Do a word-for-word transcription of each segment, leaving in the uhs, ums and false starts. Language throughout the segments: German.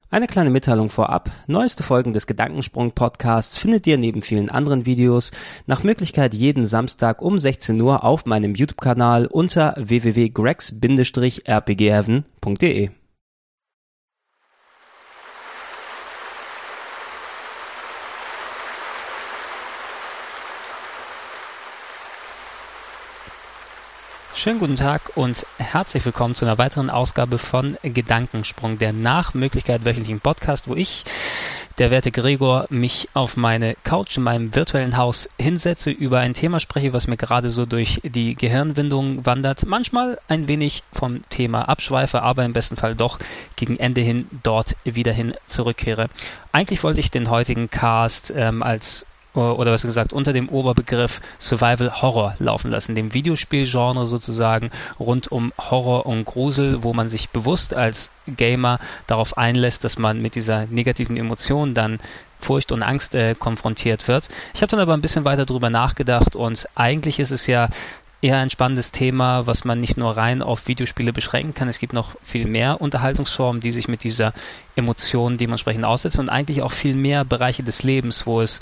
Eine kleine Mitteilung vorab. Neueste Folgen des Gedankensprung-Podcasts findet ihr neben vielen anderen Videos nach Möglichkeit jeden Samstag um sechzehn Uhr auf meinem YouTube-Kanal unter w w w punkt gregs r p g heaven punkt d e. Schönen guten Tag und herzlich willkommen zu einer weiteren Ausgabe von Gedankensprung, der nach Möglichkeit wöchentlichen Podcast, wo ich, der werte Gregor, mich auf meine Couch in meinem virtuellen Haus hinsetze, über ein Thema spreche, was mir gerade so durch die Gehirnwindung wandert, manchmal ein wenig vom Thema abschweife, aber im besten Fall doch gegen Ende hin dort wieder hin zurückkehre. Eigentlich wollte ich den heutigen Cast ähm, als oder was gesagt, unter dem Oberbegriff Survival Horror laufen lassen, dem Videospielgenre sozusagen rund um Horror und Grusel, wo man sich bewusst als Gamer darauf einlässt, dass man mit dieser negativen Emotion dann Furcht und Angst äh, konfrontiert wird. Ich habe dann aber ein bisschen weiter drüber nachgedacht und eigentlich ist es ja eher ein spannendes Thema, was man nicht nur rein auf Videospiele beschränken kann. Es gibt noch viel mehr Unterhaltungsformen, die sich mit dieser Emotion dementsprechend aussetzen und eigentlich auch viel mehr Bereiche des Lebens, wo es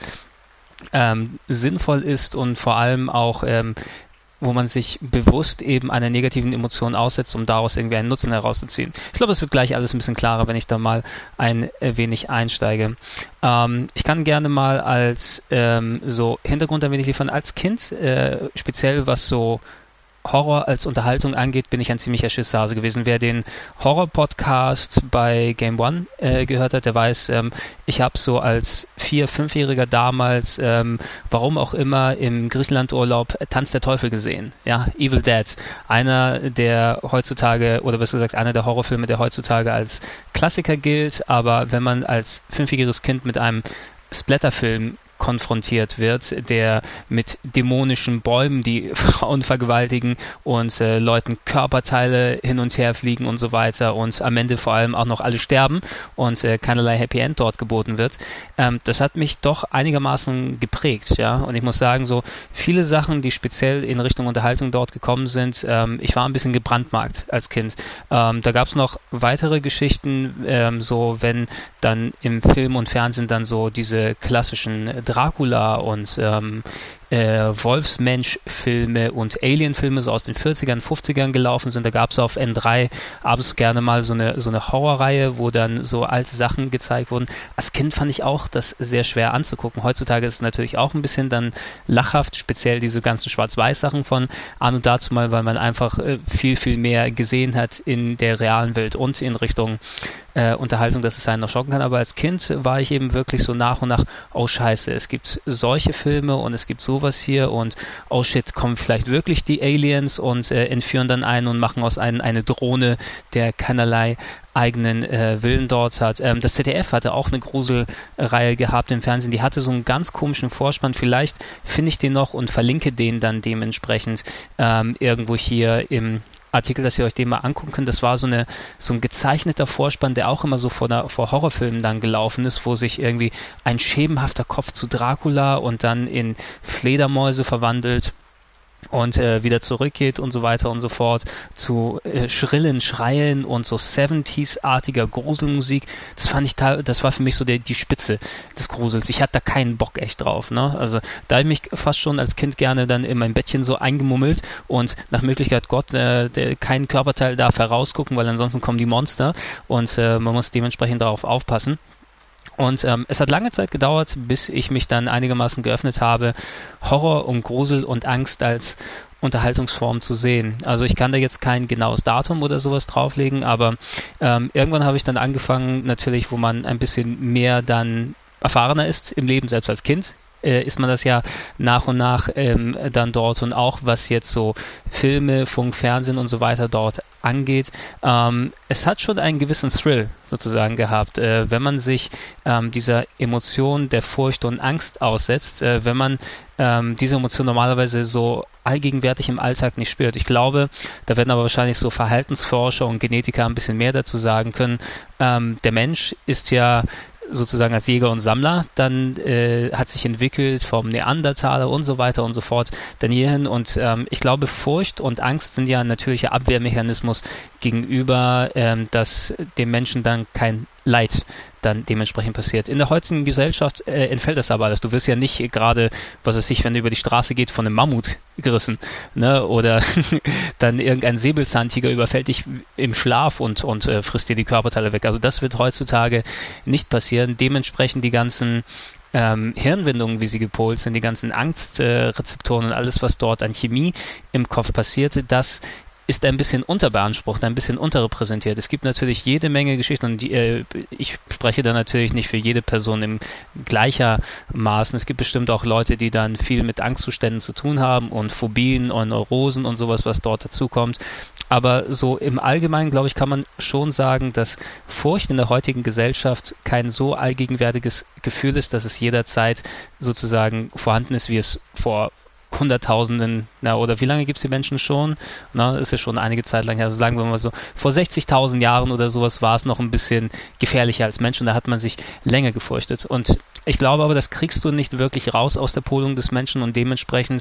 Ähm, sinnvoll ist und vor allem auch, ähm, wo man sich bewusst eben einer negativen Emotion aussetzt, um daraus irgendwie einen Nutzen herauszuziehen. Ich glaube, es wird gleich alles ein bisschen klarer, wenn ich da mal ein wenig einsteige. Ähm, ich kann gerne mal als ähm, so Hintergrund ein wenig liefern. Als Kind, äh, speziell was so Horror als Unterhaltung angeht, bin ich ein ziemlicher Schisshase gewesen. Wer den Horror-Podcast bei Game One äh, gehört hat, der weiß, ähm, ich habe so als Vier-, Fünfjähriger damals, ähm, warum auch immer, im Griechenland-Urlaub Tanz der Teufel gesehen. Ja, Evil Dead. Einer der heutzutage, oder besser gesagt, einer der Horrorfilme, der heutzutage als Klassiker gilt, aber wenn man als fünfjähriges Kind mit einem Splatterfilm konfrontiert wird, der mit dämonischen Bäumen, die Frauen vergewaltigen und äh, Leuten Körperteile hin und her fliegen und so weiter und am Ende vor allem auch noch alle sterben und äh, keinerlei Happy End dort geboten wird. Ähm, das hat mich doch einigermaßen geprägt, ja, und ich muss sagen, so viele Sachen, die speziell in Richtung Unterhaltung dort gekommen sind, ähm, ich war ein bisschen gebrandmarkt als Kind. Ähm, da gab es noch weitere Geschichten, ähm, so wenn dann im Film und Fernsehen dann so diese klassischen Dracula und ähm, äh, Wolfsmensch-Filme und Alien-Filme so aus den vierzigern, fünfzigern gelaufen sind. Da gab es auf N drei abends gerne mal so eine, so eine Horrorreihe, wo dann so alte Sachen gezeigt wurden. Als Kind fand ich auch das sehr schwer anzugucken. Heutzutage ist es natürlich auch ein bisschen dann lachhaft, speziell diese ganzen Schwarz-Weiß-Sachen von an und dazu mal, weil man einfach äh, viel, viel mehr gesehen hat in der realen Welt und in Richtung äh, Unterhaltung, dass es einen noch schocken kann. Aber als Kind war ich eben wirklich so nach und nach, oh Scheiße, es gibt solche Filme und es gibt sowas hier und oh shit, kommen vielleicht wirklich die Aliens und äh, entführen dann einen und machen aus einem eine Drohne, der keinerlei eigenen äh, Willen dort hat. Ähm, das Z D F hatte auch eine Gruselreihe gehabt im Fernsehen, die hatte so einen ganz komischen Vorspann, vielleicht finde ich den noch und verlinke den dann dementsprechend ähm, irgendwo hier im Artikel, dass ihr euch den mal angucken könnt. Das war so eine so ein gezeichneter Vorspann, der auch immer so vor, der, vor Horrorfilmen dann gelaufen ist, wo sich irgendwie ein schemenhafter Kopf zu Dracula und dann in Fledermäuse verwandelt und äh, wieder zurückgeht und so weiter und so fort zu äh, schrillen Schreien und so siebziger-artiger Gruselmusik. Das fand ich, das war für mich so der, die Spitze des Grusels. Ich hatte da keinen Bock echt drauf, ne? Also da habe ich mich fast schon als Kind gerne dann in mein Bettchen so eingemummelt und nach Möglichkeit Gott, äh, der, kein Körperteil darf herausgucken, weil ansonsten kommen die Monster und äh, man muss dementsprechend darauf aufpassen. Und ähm, es hat lange Zeit gedauert, bis ich mich dann einigermaßen geöffnet habe, Horror und Grusel und Angst als Unterhaltungsform zu sehen. Also ich kann da jetzt kein genaues Datum oder sowas drauflegen, aber ähm, irgendwann habe ich dann angefangen, natürlich, wo man ein bisschen mehr dann erfahrener ist im Leben, selbst als Kind, äh, ist man das ja nach und nach ähm, dann dort und auch was jetzt so Filme, Funk, Fernsehen und so weiter dort angeht. Ähm, es hat schon einen gewissen Thrill sozusagen gehabt, äh, wenn man sich ähm, dieser Emotion der Furcht und Angst aussetzt, äh, wenn man ähm, diese Emotion normalerweise so allgegenwärtig im Alltag nicht spürt. Ich glaube, da werden aber wahrscheinlich so Verhaltensforscher und Genetiker ein bisschen mehr dazu sagen können. Ähm, der Mensch ist ja sozusagen als Jäger und Sammler, dann äh, hat sich entwickelt vom Neandertaler und so weiter und so fort dann hierhin und ähm, ich glaube, Furcht und Angst sind ja ein natürlicher Abwehrmechanismus gegenüber, ähm, dass dem Menschen dann kein Leid dann dementsprechend passiert. In der heutigen Gesellschaft äh, entfällt das aber alles. Du wirst ja nicht gerade, was weiß ich, wenn du über die Straße geht, von einem Mammut gerissen, ne? Oder dann irgendein Säbelzahntiger überfällt dich im Schlaf und, und äh, frisst dir die Körperteile weg. Also das wird heutzutage nicht passieren. Dementsprechend die ganzen ähm, Hirnwindungen, wie sie gepolt sind, die ganzen Angstrezeptoren äh, und alles, was dort an Chemie im Kopf passierte, das ist ein bisschen unterbeansprucht, ein bisschen unterrepräsentiert. Es gibt natürlich jede Menge Geschichten und die, äh, ich spreche da natürlich nicht für jede Person im gleichermaßen. Es gibt bestimmt auch Leute, die dann viel mit Angstzuständen zu tun haben und Phobien und Neurosen und sowas, was dort dazukommt. Aber so im Allgemeinen, glaube ich, kann man schon sagen, dass Furcht in der heutigen Gesellschaft kein so allgegenwärtiges Gefühl ist, dass es jederzeit sozusagen vorhanden ist, wie es vor Hunderttausenden, na, oder wie lange gibt es die Menschen schon? Na, ist ja schon einige Zeit lang her. Also sagen wir mal so, vor sechzigtausend Jahren oder sowas war es noch ein bisschen gefährlicher als Mensch und da hat man sich länger gefürchtet. Und ich glaube aber, das kriegst du nicht wirklich raus aus der Polung des Menschen und dementsprechend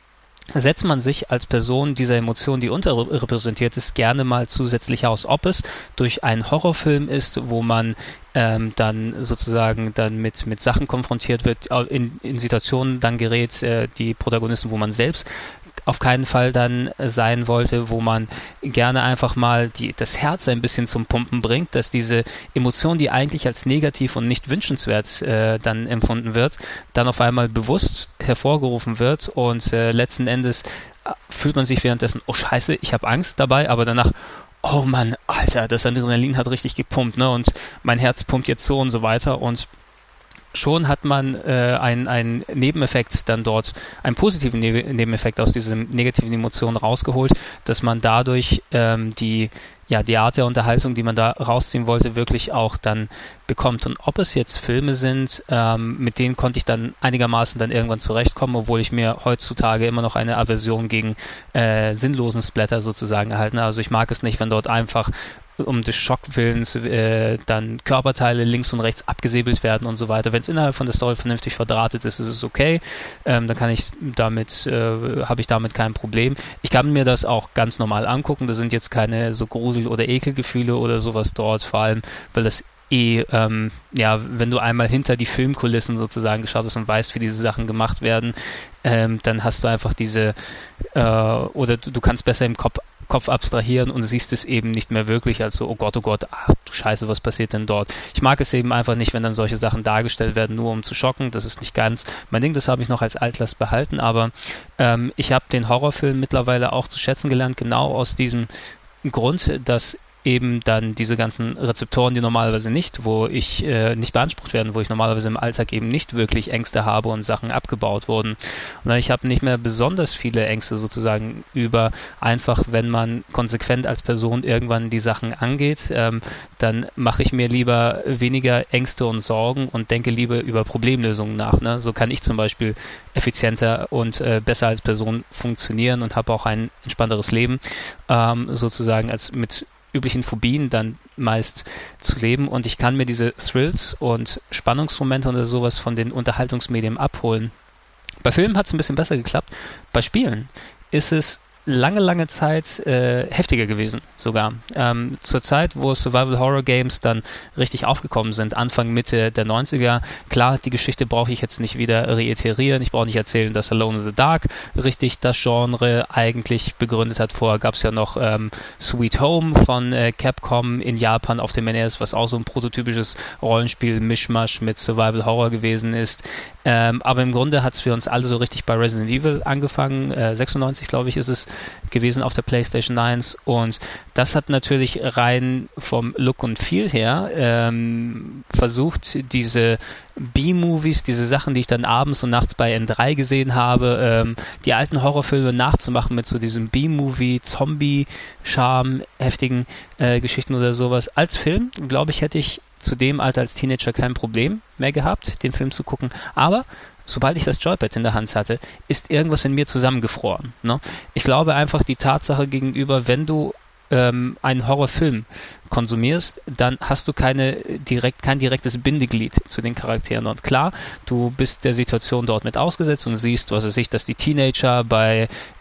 setzt man sich als Person dieser Emotion, die unterrepräsentiert ist, gerne mal zusätzlich aus. Ob es durch einen Horrorfilm ist, wo man ähm, dann sozusagen dann mit, mit Sachen konfrontiert wird, in, in Situationen dann gerät, äh, die Protagonisten, wo man selbst auf keinen Fall dann sein wollte, wo man gerne einfach mal die, das Herz ein bisschen zum Pumpen bringt, dass diese Emotion, die eigentlich als negativ und nicht wünschenswert äh, dann empfunden wird, dann auf einmal bewusst hervorgerufen wird und äh, letzten Endes fühlt man sich währenddessen, oh Scheiße, ich habe Angst dabei, aber danach, oh Mann, Alter, das Adrenalin hat richtig gepumpt, ne, und mein Herz pumpt jetzt so und so weiter und schon hat man äh, einen, einen Nebeneffekt dann dort, einen positiven ne- Nebeneffekt aus diesen negativen Emotionen rausgeholt, dass man dadurch ähm, die, ja, die Art der Unterhaltung, die man da rausziehen wollte, wirklich auch dann bekommt. Und ob es jetzt Filme sind, ähm, mit denen konnte ich dann einigermaßen dann irgendwann zurechtkommen, obwohl ich mir heutzutage immer noch eine Aversion gegen äh, sinnlosen Splatter sozusagen erhalte. Also ich mag es nicht, wenn dort einfach um des Schockwillens äh, dann Körperteile links und rechts abgesäbelt werden und so weiter. Wenn es innerhalb von der Story vernünftig verdrahtet ist, ist es okay. Ähm, dann kann ich damit, äh, habe ich damit kein Problem. Ich kann mir das auch ganz normal angucken. Da sind jetzt keine so Grusel- oder Ekelgefühle oder sowas dort, vor allem, weil das eh, ähm, ja, wenn du einmal hinter die Filmkulissen sozusagen geschaut hast und weißt, wie diese Sachen gemacht werden, ähm, dann hast du einfach diese, äh, oder du, du kannst besser im Kopf Kopf abstrahieren und siehst es eben nicht mehr wirklich als so, oh Gott, oh Gott, ach du Scheiße, was passiert denn dort? Ich mag es eben einfach nicht, wenn dann solche Sachen dargestellt werden, nur um zu schocken. Das ist nicht ganz mein Ding, das habe ich noch als Altlast behalten, aber ähm, ich habe den Horrorfilm mittlerweile auch zu schätzen gelernt, genau aus diesem Grund, dass eben dann diese ganzen Rezeptoren, die normalerweise nicht, wo ich äh, nicht beansprucht werden, wo ich normalerweise im Alltag eben nicht wirklich Ängste habe und Sachen abgebaut wurden. Und ich habe nicht mehr besonders viele Ängste sozusagen über, einfach wenn man konsequent als Person irgendwann die Sachen angeht, ähm, dann mache ich mir lieber weniger Ängste und Sorgen und denke lieber über Problemlösungen nach. Ne? So kann ich zum Beispiel effizienter und äh, besser als Person funktionieren und habe auch ein entspannteres Leben, ähm, sozusagen als mit üblichen Phobien dann meist zu leben und ich kann mir diese Thrills und Spannungsmomente oder sowas von den Unterhaltungsmedien abholen. Bei Filmen hat es ein bisschen besser geklappt. Bei Spielen ist es lange, lange Zeit äh, heftiger gewesen sogar. Ähm, zur Zeit, wo Survival-Horror-Games dann richtig aufgekommen sind, Anfang, Mitte der neunziger, klar, die Geschichte brauche ich jetzt nicht wieder reiterieren, ich brauche nicht erzählen, dass Alone in the Dark richtig das Genre eigentlich begründet hat. Vorher gab es ja noch ähm, Sweet Home von äh, Capcom in Japan auf dem N E S, was auch so ein prototypisches Rollenspiel-Mischmasch mit Survival-Horror gewesen ist. Ähm, aber im Grunde hat es für uns alle so richtig bei Resident Evil angefangen, äh, sechsundneunzig glaube ich ist es gewesen auf der PlayStation eins und das hat natürlich rein vom Look und Feel her ähm, versucht, diese B-Movies, diese Sachen, die ich dann abends und nachts bei N drei gesehen habe, ähm, die alten Horrorfilme nachzumachen mit so diesem B-Movie, Zombie-Charme, heftigen äh, Geschichten oder sowas. Als Film, glaube ich, hätte ich zu dem Alter als Teenager kein Problem mehr gehabt, den Film zu gucken, aber sobald ich das Joypad in der Hand hatte, ist irgendwas in mir zusammengefroren. Ne? Ich glaube einfach die Tatsache gegenüber, wenn du ähm, einen Horrorfilm konsumierst, dann hast du keine direkt, kein direktes Bindeglied zu den Charakteren. Und klar, du bist der Situation dort mit ausgesetzt und siehst, was weiß ich, dass die Teenager bei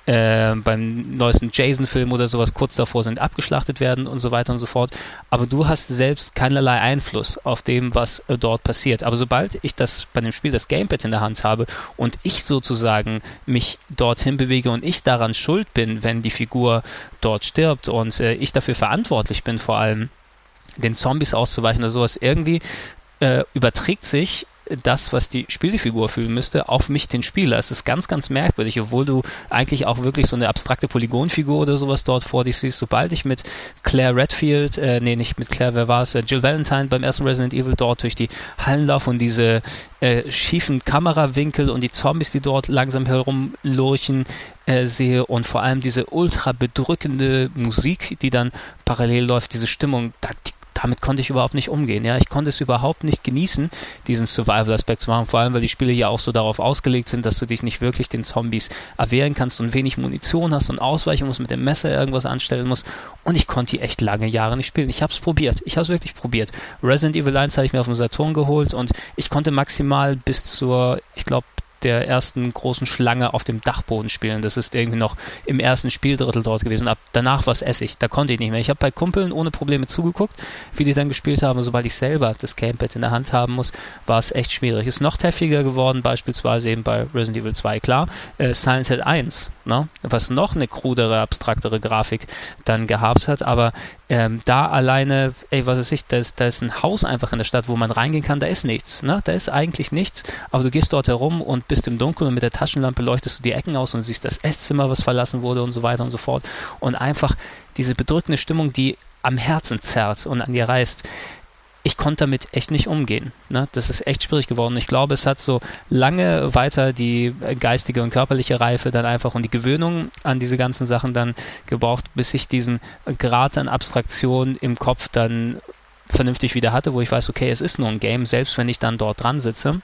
äh, beim neuesten Jason-Film oder sowas kurz davor sind, abgeschlachtet werden und so weiter und so fort. Aber du hast selbst keinerlei Einfluss auf dem, was äh, dort passiert. Aber sobald ich das bei dem Spiel das Gamepad in der Hand habe und ich sozusagen mich dorthin bewege und ich daran schuld bin, wenn die Figur dort stirbt und äh, ich dafür verantwortlich bin, vor allem den Zombies auszuweichen oder sowas, irgendwie äh, überträgt sich das, was die Spielfigur fühlen müsste, auf mich, den Spieler. Es ist ganz, ganz merkwürdig, obwohl du eigentlich auch wirklich so eine abstrakte Polygonfigur oder sowas dort vor dich siehst. Sobald ich mit Claire Redfield, äh, nee, nicht mit Claire, wer war es, äh, Jill Valentine beim ersten Resident Evil dort durch die Hallen laufe und diese äh, schiefen Kamerawinkel und die Zombies, die dort langsam herumlurchen, äh, sehe und vor allem diese ultra bedrückende Musik, die dann parallel läuft, diese Stimmung, da, die damit konnte ich überhaupt nicht umgehen. Ja, ich konnte es überhaupt nicht genießen, diesen Survival-Aspekt zu machen, vor allem, weil die Spiele ja auch so darauf ausgelegt sind, dass du dich nicht wirklich den Zombies erwehren kannst und wenig Munition hast und ausweichen musst, mit dem Messer irgendwas anstellen musst. Und ich konnte die echt lange Jahre nicht spielen. Ich habe es probiert. Ich habe es wirklich probiert. Resident Evil eins habe ich mir auf dem Saturn geholt und ich konnte maximal bis zur, ich glaube, der ersten großen Schlange auf dem Dachboden spielen. Das ist irgendwie noch im ersten Spieldrittel dort gewesen. Ab danach war es Essig. Da konnte ich nicht mehr. Ich habe bei Kumpeln ohne Probleme zugeguckt, wie die dann gespielt haben. Und sobald ich selber das Gamepad in der Hand haben muss, war es echt schwierig. Ist noch heftiger geworden, beispielsweise eben bei Resident Evil zwei, klar. Äh, Silent Hill eins, ne? Was noch eine krudere, abstraktere Grafik dann gehabt hat. Aber ähm, da alleine, ey, was weiß ich, da ist, da ist ein Haus einfach in der Stadt, wo man reingehen kann. Da ist nichts. Ne? Da ist eigentlich nichts. Aber du gehst dort herum und bist im Dunkeln und mit der Taschenlampe leuchtest du die Ecken aus und siehst das Esszimmer, was verlassen wurde und so weiter und so fort. Und einfach diese bedrückende Stimmung, die am Herzen zerrt und an dir reißt. Ich konnte damit echt nicht umgehen. Ne? Das ist echt schwierig geworden. Ich glaube, es hat so lange weiter die geistige und körperliche Reife dann einfach und die Gewöhnung an diese ganzen Sachen dann gebraucht, bis ich diesen Grad an Abstraktion im Kopf dann vernünftig wieder hatte, wo ich weiß, okay, es ist nur ein Game, selbst wenn ich dann dort dran sitze,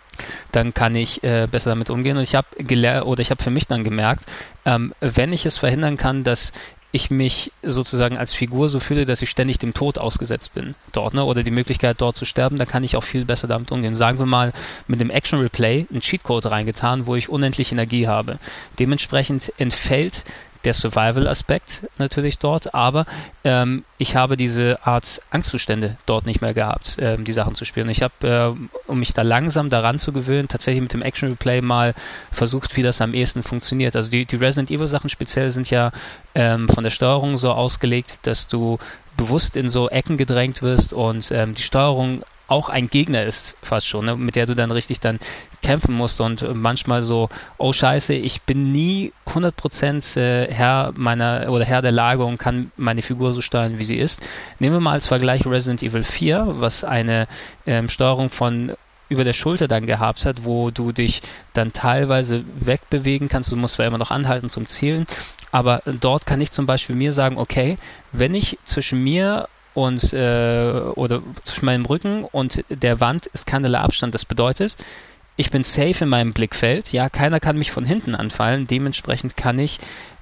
dann kann ich äh, besser damit umgehen. Und ich habe gelernt, oder ich habe für mich dann gemerkt, ähm, wenn ich es verhindern kann, dass ich mich sozusagen als Figur so fühle, dass ich ständig dem Tod ausgesetzt bin dort, ne, oder die Möglichkeit dort zu sterben, dann kann ich auch viel besser damit umgehen. Sagen wir mal, mit dem Action Replay einen Cheatcode reingetan, wo ich unendlich Energie habe. Dementsprechend entfällt der Survival-Aspekt natürlich dort, aber ähm, ich habe diese Art Angstzustände dort nicht mehr gehabt, ähm, die Sachen zu spielen. Ich habe, äh, um mich da langsam daran zu gewöhnen, tatsächlich mit dem Action Replay mal versucht, wie das am ehesten funktioniert. Also die, die Resident Evil Sachen speziell sind ja ähm, von der Steuerung so ausgelegt, dass du bewusst in so Ecken gedrängt wirst und ähm, die Steuerung auch ein Gegner ist, fast schon, ne, mit der du dann richtig dann kämpfen musst und manchmal so, oh scheiße, ich bin nie hundert Prozent äh, Herr meiner oder Herr der Lage und kann meine Figur so steuern, wie sie ist. Nehmen wir mal als Vergleich Resident Evil vier, was eine ähm, Steuerung von über der Schulter dann gehabt hat, wo du dich dann teilweise wegbewegen kannst, du musst zwar immer noch anhalten zum Zielen, aber dort kann ich zum Beispiel mir sagen, okay, wenn ich zwischen mir und äh, oder zwischen meinem Rücken und der Wand ist keinerlei Abstand. Das bedeutet, ich bin safe in meinem Blickfeld. Ja, keiner kann mich von hinten anfallen. Dementsprechend kann ich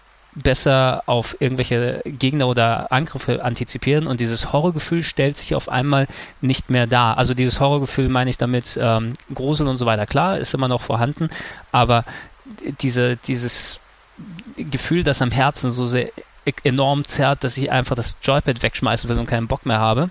besser auf irgendwelche Gegner oder Angriffe antizipieren und dieses Horrorgefühl stellt sich auf einmal nicht mehr dar. Also dieses Horrorgefühl meine ich damit ähm, Grusel und so weiter. Klar, ist immer noch vorhanden, aber diese, dieses Gefühl, das am Herzen so sehr enorm zerrt, dass ich einfach das Joypad wegschmeißen will und keinen Bock mehr habe.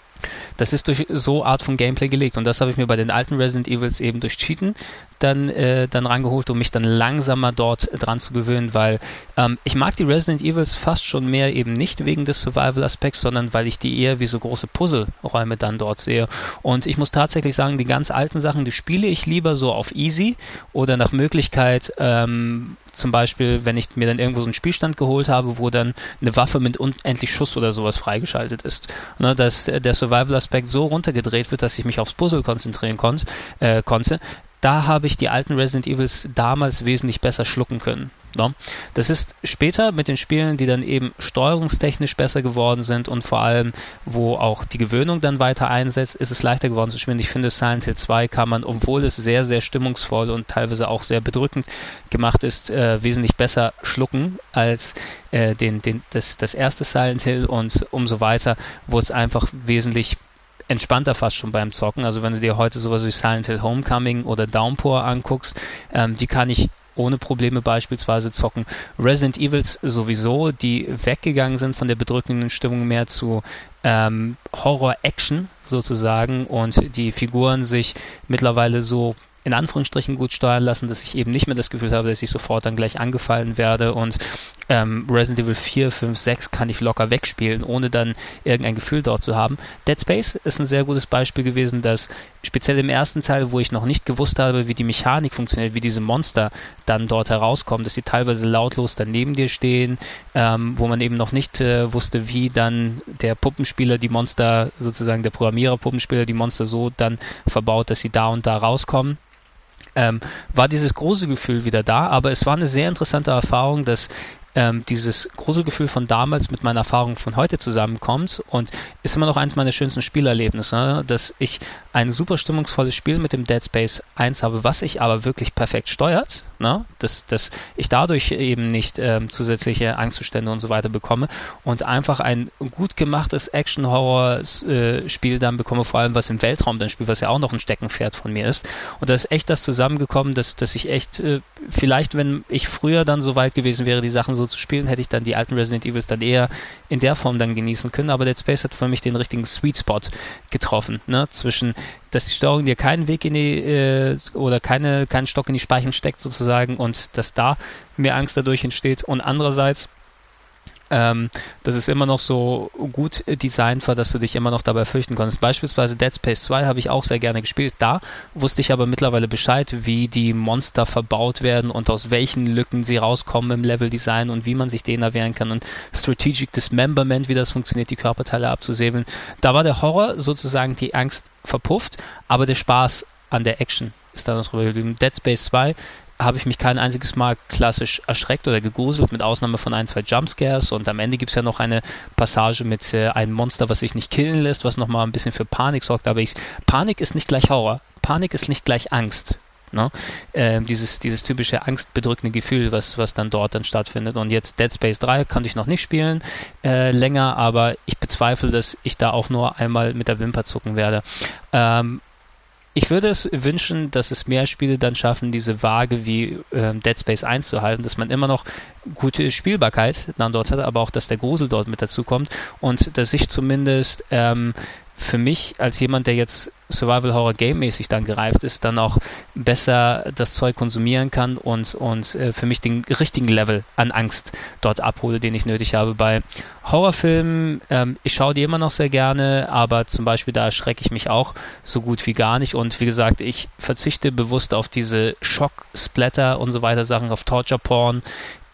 Das ist durch so Art von Gameplay gelegt und das habe ich mir bei den alten Resident Evils eben durch Cheaten dann, äh, dann rangeholt, um mich dann langsamer dort dran zu gewöhnen, weil ähm, ich mag die Resident Evils fast schon mehr eben nicht wegen des Survival-Aspekts, sondern weil ich die eher wie so große Puzzleräume dann dort sehe. Und ich muss tatsächlich sagen, die ganz alten Sachen, die spiele ich lieber so auf Easy oder nach Möglichkeit ähm, zum Beispiel, wenn ich mir dann irgendwo so einen Spielstand geholt habe, wo dann eine Waffe mit unendlich Schuss oder sowas freigeschaltet ist. Ne, dass der Survival-Aspekt so runtergedreht wird, dass ich mich aufs Puzzle konzentrieren konnt, äh, konnte. Da habe ich die alten Resident Evils damals wesentlich besser schlucken können. No? Das ist später mit den Spielen, die dann eben steuerungstechnisch besser geworden sind und vor allem, wo auch die Gewöhnung dann weiter einsetzt, ist es leichter geworden zu spielen. Ich finde, Silent Hill zwei kann man, obwohl es sehr, sehr stimmungsvoll und teilweise auch sehr bedrückend gemacht ist, äh, wesentlich besser schlucken als äh, den, den, das, das erste Silent Hill und umso weiter, wo es einfach wesentlich entspannter fast schon beim Zocken. Also wenn du dir heute sowas wie Silent Hill Homecoming oder Downpour anguckst, ähm, die kann ich ohne Probleme beispielsweise zocken. Resident Evils sowieso, die weggegangen sind von der bedrückenden Stimmung mehr zu ähm, Horror-Action sozusagen und die Figuren sich mittlerweile so in Anführungsstrichen gut steuern lassen, dass ich eben nicht mehr das Gefühl habe, dass ich sofort dann gleich angefallen werde und ähm, Resident Evil vier, fünf, sechs kann ich locker wegspielen, ohne dann irgendein Gefühl dort zu haben. Dead Space ist ein sehr gutes Beispiel gewesen, dass speziell im ersten Teil, wo ich noch nicht gewusst habe, wie die Mechanik funktioniert, wie diese Monster dann dort herauskommen, dass sie teilweise lautlos dann neben dir stehen, ähm, wo man eben noch nicht äh, wusste, wie dann der Puppenspieler die Monster, sozusagen der Programmierer Puppenspieler die Monster so dann verbaut, dass sie da und da rauskommen. Ähm, war dieses Gruselgefühl wieder da, aber es war eine sehr interessante Erfahrung, dass ähm, dieses Gruselgefühl von damals mit meiner Erfahrung von heute zusammenkommt und ist immer noch eins meiner schönsten Spielerlebnisse, ne? Dass ich ein super stimmungsvolles Spiel mit dem Dead Space eins habe, was sich aber wirklich perfekt steuert, ne? dass, dass ich dadurch eben nicht ähm, zusätzliche Angstzustände und so weiter bekomme und einfach ein gut gemachtes Action-Horror-Spiel äh, dann bekomme, vor allem was im Weltraum dann spielt, was ja auch noch ein Steckenpferd von mir ist. Und da ist echt das zusammengekommen, dass, dass ich echt, äh, vielleicht wenn ich früher dann so weit gewesen wäre, die Sachen so zu spielen, hätte ich dann die alten Resident Evils dann eher in der Form dann genießen können, aber Dead Space hat für mich den richtigen Sweet Spot getroffen, ne? Zwischen, dass die Steuerung dir keinen Weg in die, äh, oder keine, keinen Stock in die Speichen steckt sozusagen und dass da mehr Angst dadurch entsteht und andererseits Ähm, dass es immer noch so gut designt war, dass du dich immer noch dabei fürchten konntest. Beispielsweise Dead Space zwei habe ich auch sehr gerne gespielt. Da wusste ich aber mittlerweile Bescheid, wie die Monster verbaut werden und aus welchen Lücken sie rauskommen im Leveldesign und wie man sich denen erwehren kann und Strategic Dismemberment, wie das funktioniert, die Körperteile abzusäbeln. Da war der Horror sozusagen die Angst verpufft, aber der Spaß an der Action ist dann drüber geblieben. Dead Space zwei habe ich mich kein einziges Mal klassisch erschreckt oder gegruselt, mit Ausnahme von ein, zwei Jumpscares und am Ende gibt es ja noch eine Passage mit äh, einem Monster, was sich nicht killen lässt, was nochmal ein bisschen für Panik sorgt, aber ich, Panik ist nicht gleich Horror, Panik ist nicht gleich Angst. Ne? Ähm, dieses, dieses typische angstbedrückende Gefühl, was, was dann dort dann stattfindet. Und jetzt Dead Space drei konnte ich noch nicht spielen äh, länger, aber ich bezweifle, dass ich da auch nur einmal mit der Wimper zucken werde. Ähm, Ich würde es wünschen, dass es mehr Spiele dann schaffen, diese Waage wie äh, Dead Space eins zu halten, dass man immer noch gute Spielbarkeit dann dort hat, aber auch, dass der Grusel dort mit dazu kommt und dass ich zumindest ähm, für mich als jemand, der jetzt Survival-Horror-Game-mäßig dann gereift ist, dann auch besser das Zeug konsumieren kann und, und äh, für mich den richtigen Level an Angst dort abhole, den ich nötig habe. Bei Horrorfilmen, ähm, ich schaue die immer noch sehr gerne, aber zum Beispiel da erschrecke ich mich auch so gut wie gar nicht und wie gesagt, ich verzichte bewusst auf diese Schock, Splatter und so weiter Sachen, auf Torture-Porn,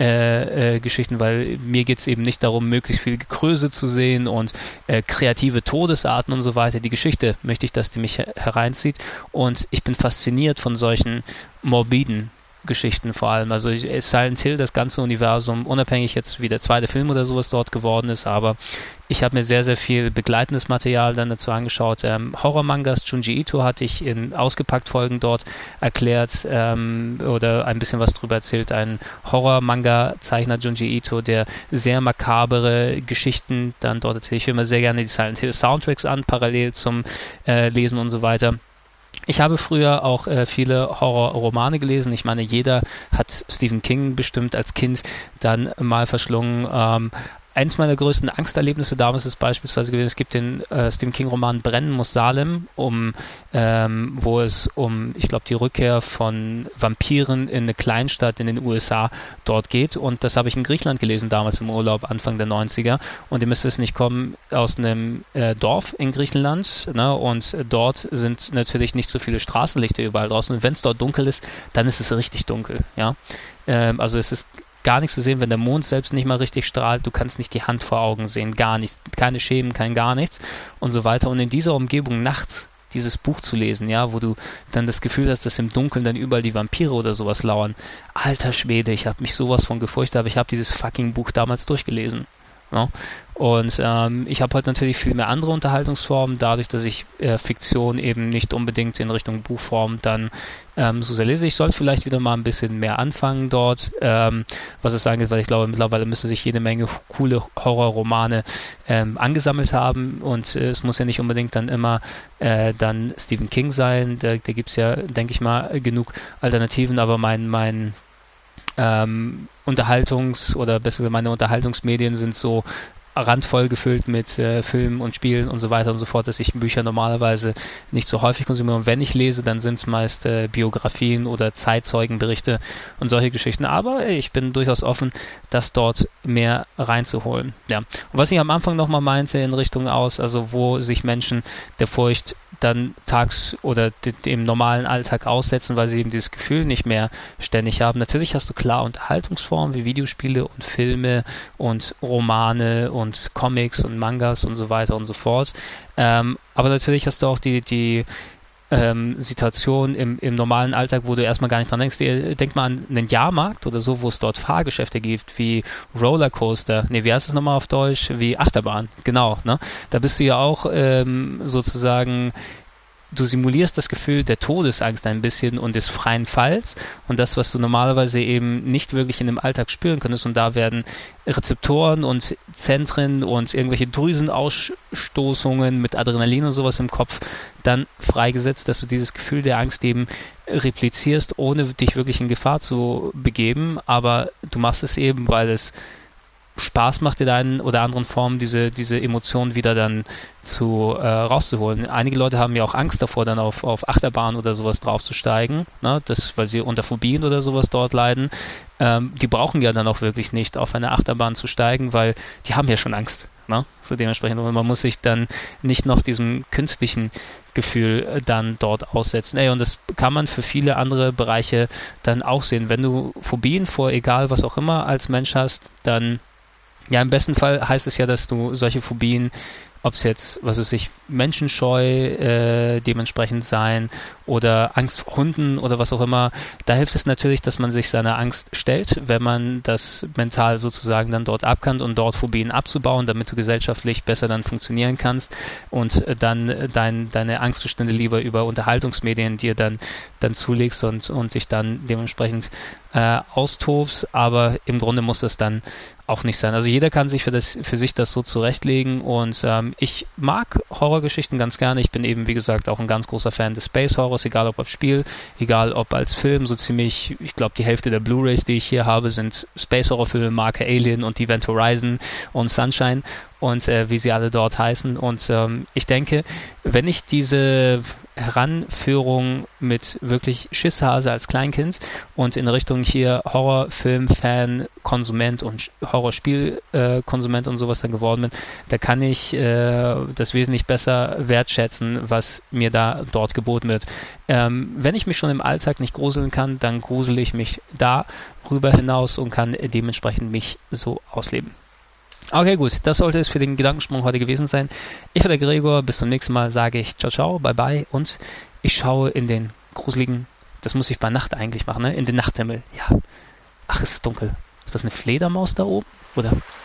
Äh, äh, Geschichten, weil mir geht es eben nicht darum, möglichst viel Gekröse zu sehen und äh, kreative Todesarten und so weiter. Die Geschichte möchte ich, dass die mich her- hereinzieht und ich bin fasziniert von solchen morbiden Geschichten vor allem. Also ich, Silent Hill, das ganze Universum, unabhängig jetzt wie der zweite Film oder sowas dort geworden ist, aber ich habe mir sehr, sehr viel begleitendes Material dann dazu angeschaut. Ähm, Horror-Mangas, Junji Ito hatte ich in ausgepackt Folgen dort erklärt ähm, oder ein bisschen was drüber erzählt. Ein Horror-Manga-Zeichner Junji Ito, der sehr makabere Geschichten dann dort erzählt. Ich höre mir sehr gerne die Silent Hill Soundtracks an, parallel zum äh, Lesen und so weiter. Ich habe früher auch äh, viele Horrorromane gelesen. Ich meine, jeder hat Stephen King bestimmt als Kind dann mal verschlungen. Ähm, eins meiner größten Angsterlebnisse damals ist beispielsweise gewesen, es gibt den äh, Stephen King-Roman Brennen muss Salem, um, ähm, wo es um, ich glaube, die Rückkehr von Vampiren in eine Kleinstadt in den U S A dort geht. Und das habe ich in Griechenland gelesen, damals im Urlaub, Anfang der neunziger. Und ihr müsst wissen, ich komme aus einem äh, Dorf in Griechenland, ne? Und dort sind natürlich nicht so viele Straßenlichter überall draußen. Und wenn es dort dunkel ist, dann ist es richtig dunkel. Ja? Ähm, also es ist gar nichts zu sehen, wenn der Mond selbst nicht mal richtig strahlt, du kannst nicht die Hand vor Augen sehen, gar nichts, keine Schemen, kein gar nichts und so weiter. Und in dieser Umgebung nachts dieses Buch zu lesen, ja, wo du dann das Gefühl hast, dass im Dunkeln dann überall die Vampire oder sowas lauern. Alter Schwede, ich habe mich sowas von gefurchtet, aber ich habe dieses fucking Buch damals durchgelesen. Ja? Und ähm, ich habe heute natürlich viel mehr andere Unterhaltungsformen, dadurch, dass ich äh, Fiktion eben nicht unbedingt in Richtung Buchform dann ähm, so sehr lese. Ich sollte vielleicht wieder mal ein bisschen mehr anfangen dort, ähm, was es angeht, weil ich glaube, mittlerweile müsste sich jede Menge coole Horrorromane ähm, angesammelt haben und äh, es muss ja nicht unbedingt dann immer äh, dann Stephen King sein, da, da gibt es ja, denke ich mal, genug Alternativen, aber mein, mein ähm, Unterhaltungs- oder besser gesagt meine Unterhaltungsmedien sind so randvoll gefüllt mit äh, Filmen und Spielen und so weiter und so fort, dass ich Bücher normalerweise nicht so häufig konsumiere. Und wenn ich lese, dann sind es meist äh, Biografien oder Zeitzeugenberichte und solche Geschichten. Aber ey, ich bin durchaus offen, das dort mehr reinzuholen. Ja. Und was ich am Anfang nochmal meinte in Richtung aus, also wo sich Menschen der Furcht dann tags oder dem normalen Alltag aussetzen, weil sie eben dieses Gefühl nicht mehr ständig haben. Natürlich hast du klar Unterhaltungsformen wie Videospiele und Filme und Romane und Comics und Mangas und so weiter und so fort. Ähm, aber natürlich hast du auch die, die ähm, Situation im, im normalen Alltag, wo du erstmal gar nicht dran denkst. Denk mal an einen Jahrmarkt oder so, wo es dort Fahrgeschäfte gibt, wie Rollercoaster. Ne, wie heißt das nochmal auf Deutsch? Wie Achterbahn. Genau, ne? Da bist du ja auch ähm, sozusagen du simulierst das Gefühl der Todesangst ein bisschen und des freien Falls und das, was du normalerweise eben nicht wirklich in dem Alltag spüren könntest, und da werden Rezeptoren und Zentren und irgendwelche Drüsenausstoßungen mit Adrenalin und sowas im Kopf dann freigesetzt, dass du dieses Gefühl der Angst eben replizierst, ohne dich wirklich in Gefahr zu begeben, aber du machst es eben, weil es Spaß macht in einer oder anderen Form, diese, diese Emotionen wieder dann zu äh, rauszuholen. Einige Leute haben ja auch Angst davor, dann auf, auf Achterbahn oder sowas draufzusteigen, ne? Das, weil sie unter Phobien oder sowas dort leiden. Ähm, die brauchen ja dann auch wirklich nicht auf eine Achterbahn zu steigen, weil die haben ja schon Angst. Ne? So dementsprechend, man muss sich dann nicht noch diesem künstlichen Gefühl dann dort aussetzen. Ey, und das kann man für viele andere Bereiche dann auch sehen. Wenn du Phobien vor egal was auch immer als Mensch hast, dann ja, im besten Fall heißt es ja, dass du solche Phobien, ob es jetzt, was weiß ich, menschenscheu äh, dementsprechend sein oder Angst vor Hunden oder was auch immer, da hilft es natürlich, dass man sich seiner Angst stellt, wenn man das mental sozusagen dann dort abkannt und dort Phobien abzubauen, damit du gesellschaftlich besser dann funktionieren kannst und dann dein, deine Angstzustände lieber über Unterhaltungsmedien dir dann, dann zulegst und, und dich dann dementsprechend äh, austobst, aber im Grunde muss das dann auch nicht sein. Also jeder kann sich für, das, für sich das so zurechtlegen und ähm, ich mag Horrorgeschichten ganz gerne. Ich bin eben, wie gesagt, auch ein ganz großer Fan des Space Horrors, egal ob als Spiel, egal ob als Film, so ziemlich, ich glaube, die Hälfte der Blu-Rays, die ich hier habe, sind Space Horror Filme, Marke Alien und Event Horizon und Sunshine und äh, wie sie alle dort heißen. Und ähm, ich denke, wenn ich diese Heranführung mit wirklich Schisshase als Kleinkind und in Richtung hier Horrorfilm, Fan, Konsument und Horrorspiel-Konsument äh, und sowas dann geworden bin, da kann ich äh, das wesentlich besser wertschätzen, was mir da dort geboten wird. Ähm, wenn ich mich schon im Alltag nicht gruseln kann, dann grusel ich mich darüber hinaus und kann dementsprechend mich so ausleben. Okay, gut, das sollte es für den Gedankensprung heute gewesen sein. Ich bin der Gregor, bis zum nächsten Mal sage ich ciao, ciao, bye, bye und ich schaue in den gruseligen, das muss ich bei Nacht eigentlich machen, ne? In den Nachthimmel. Ja. Ach, es ist dunkel. Ist das eine Fledermaus da oben? Oder